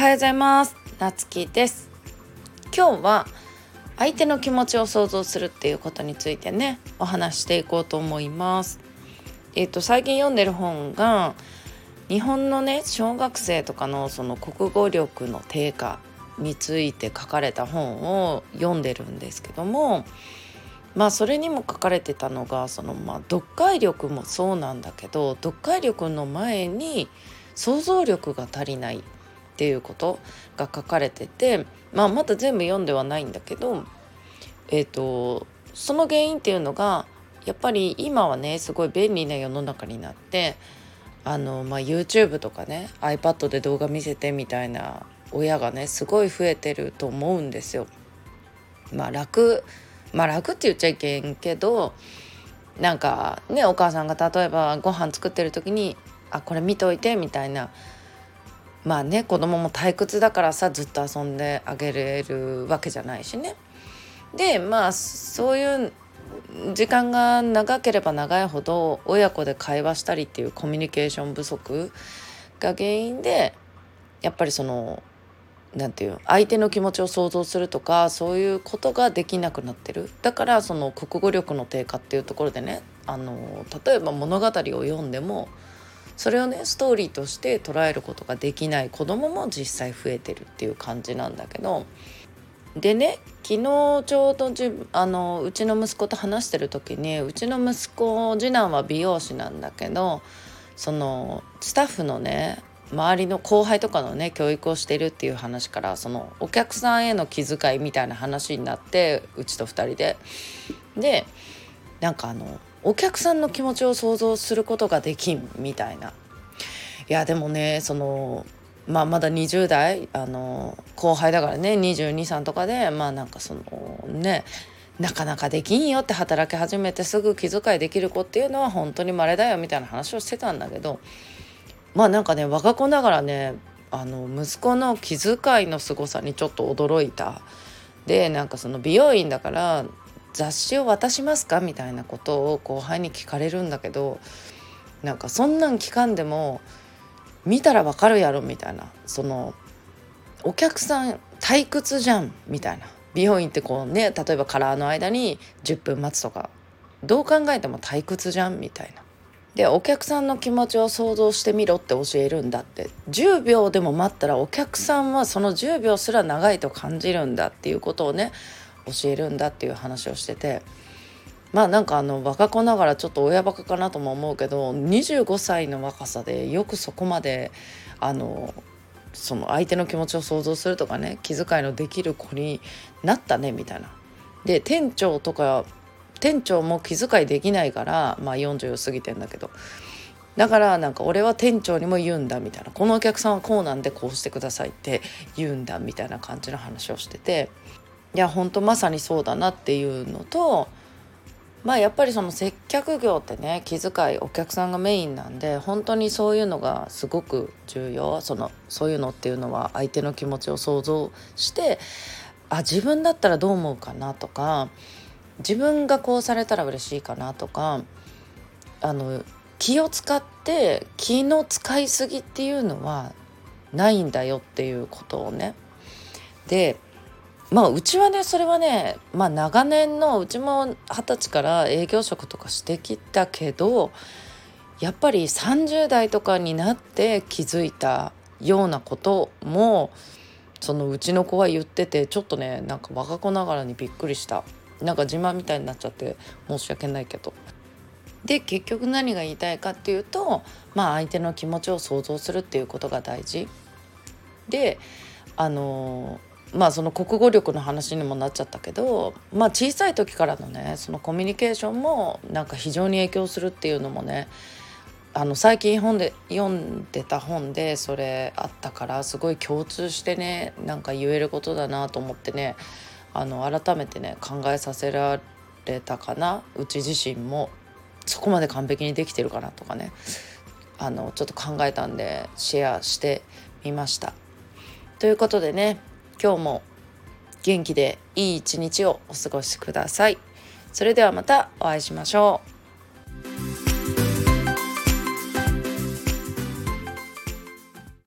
はようございます。なつきです。今日は相手の気持ちを想像するっていうことについてね、お話していこうと思います。最近読んでる本が日本のね、小学生とかのその国語力の低下について書かれた本を読んでるんですけども、それにも書かれてたのが読解力もそうなんだけど、読解力の前に想像力が足りないっていうことが書かれてて、まだ全部読んではないんだけど、その原因っていうのがやっぱり今はね、すごい便利な世の中になって、YouTube とかね iPad で動画見せてみたいな親がねすごい増えてると思うんですよ。楽って言っちゃいけんけど、なんかね、お母さんが例えばご飯作ってる時にこれ見といてみたいな、子供も退屈だからさ、ずっと遊んであげれるわけじゃないしね。でそういう時間が長ければ長いほど親子で会話したりっていうコミュニケーション不足が原因で、やっぱりなんていう相手の気持ちを想像するとか、そういうことができなくなってる。だからその国語力の低下っていうところでね、例えば物語を読んでもそれをねストーリーとして捉えることができない子供も実際増えてるっていう感じなんだけど、でね、昨日ちょうどうちの息子と話してる時に、うちの息子次男は美容師なんだけど、そのスタッフのね周りの後輩とかのね教育をしてるっていう話から、そのお客さんへの気遣いみたいな話になって、うちと2人でなんかお客さんの気持ちを想像することができんみたいな。いやでもね、まだ20代後輩だからね、22、3とかでなかなかできんよって、働き始めてすぐ気遣いできる子っていうのは本当に稀だよみたいな話をしてたんだけど、我が子ながらね、息子の気遣いのすごさにちょっと驚いた。で美容院だから雑誌を渡しますかみたいなことを後輩に聞かれるんだけど、そんなん聞かんでも見たらわかるやろみたいな、お客さん退屈じゃんみたいな。美容院って例えばカラーの間に10分待つとか、どう考えても退屈じゃんみたいな。で、お客さんの気持ちを想像してみろって教えるんだって。10秒でも待ったらお客さんはその10秒すら長いと感じるんだっていうことをね教えるんだっていう話をしてて、若子ながらちょっと親バカかなとも思うけど、25歳の若さでよくそこまでその相手の気持ちを想像するとかね、気遣いのできる子になったねみたいな。で、店長も気遣いできないから、40過ぎてんだけど、だから俺は店長にも言うんだみたいな、このお客さんはこうなんでこうしてくださいって言うんだみたいな感じの話をしてて、いや本当まさにそうだなっていうのと、やっぱりその接客業ってね、気遣いお客さんがメインなんで、本当にそういうのがすごく重要。そういうのっていうのは相手の気持ちを想像して、自分だったらどう思うかなとか、自分がこうされたら嬉しいかなとか、気を使って気の使いすぎっていうのはないんだよっていうことをね。でうちはね、それはね、長年の、うちも20歳から営業職とかしてきたけど、やっぱり30代とかになって気づいたようなこともうちの子は言ってて、ちょっとね若子ながらにびっくりした。自慢みたいになっちゃって申し訳ないけど。で、結局何が言いたいかっていうと、相手の気持ちを想像するっていうことが大事で、その国語力の話にもなっちゃったけど、小さい時からのねそのコミュニケーションも非常に影響するっていうのもね、最近読んでた本でそれあったから、すごい共通してね言えることだなと思ってね、改めてね考えさせられたかな。うち自身もそこまで完璧にできてるかなとかね、ちょっと考えたんでシェアしてみました。ということでね、今日も元気でいい一日をお過ごしください。それではまたお会いしましょう。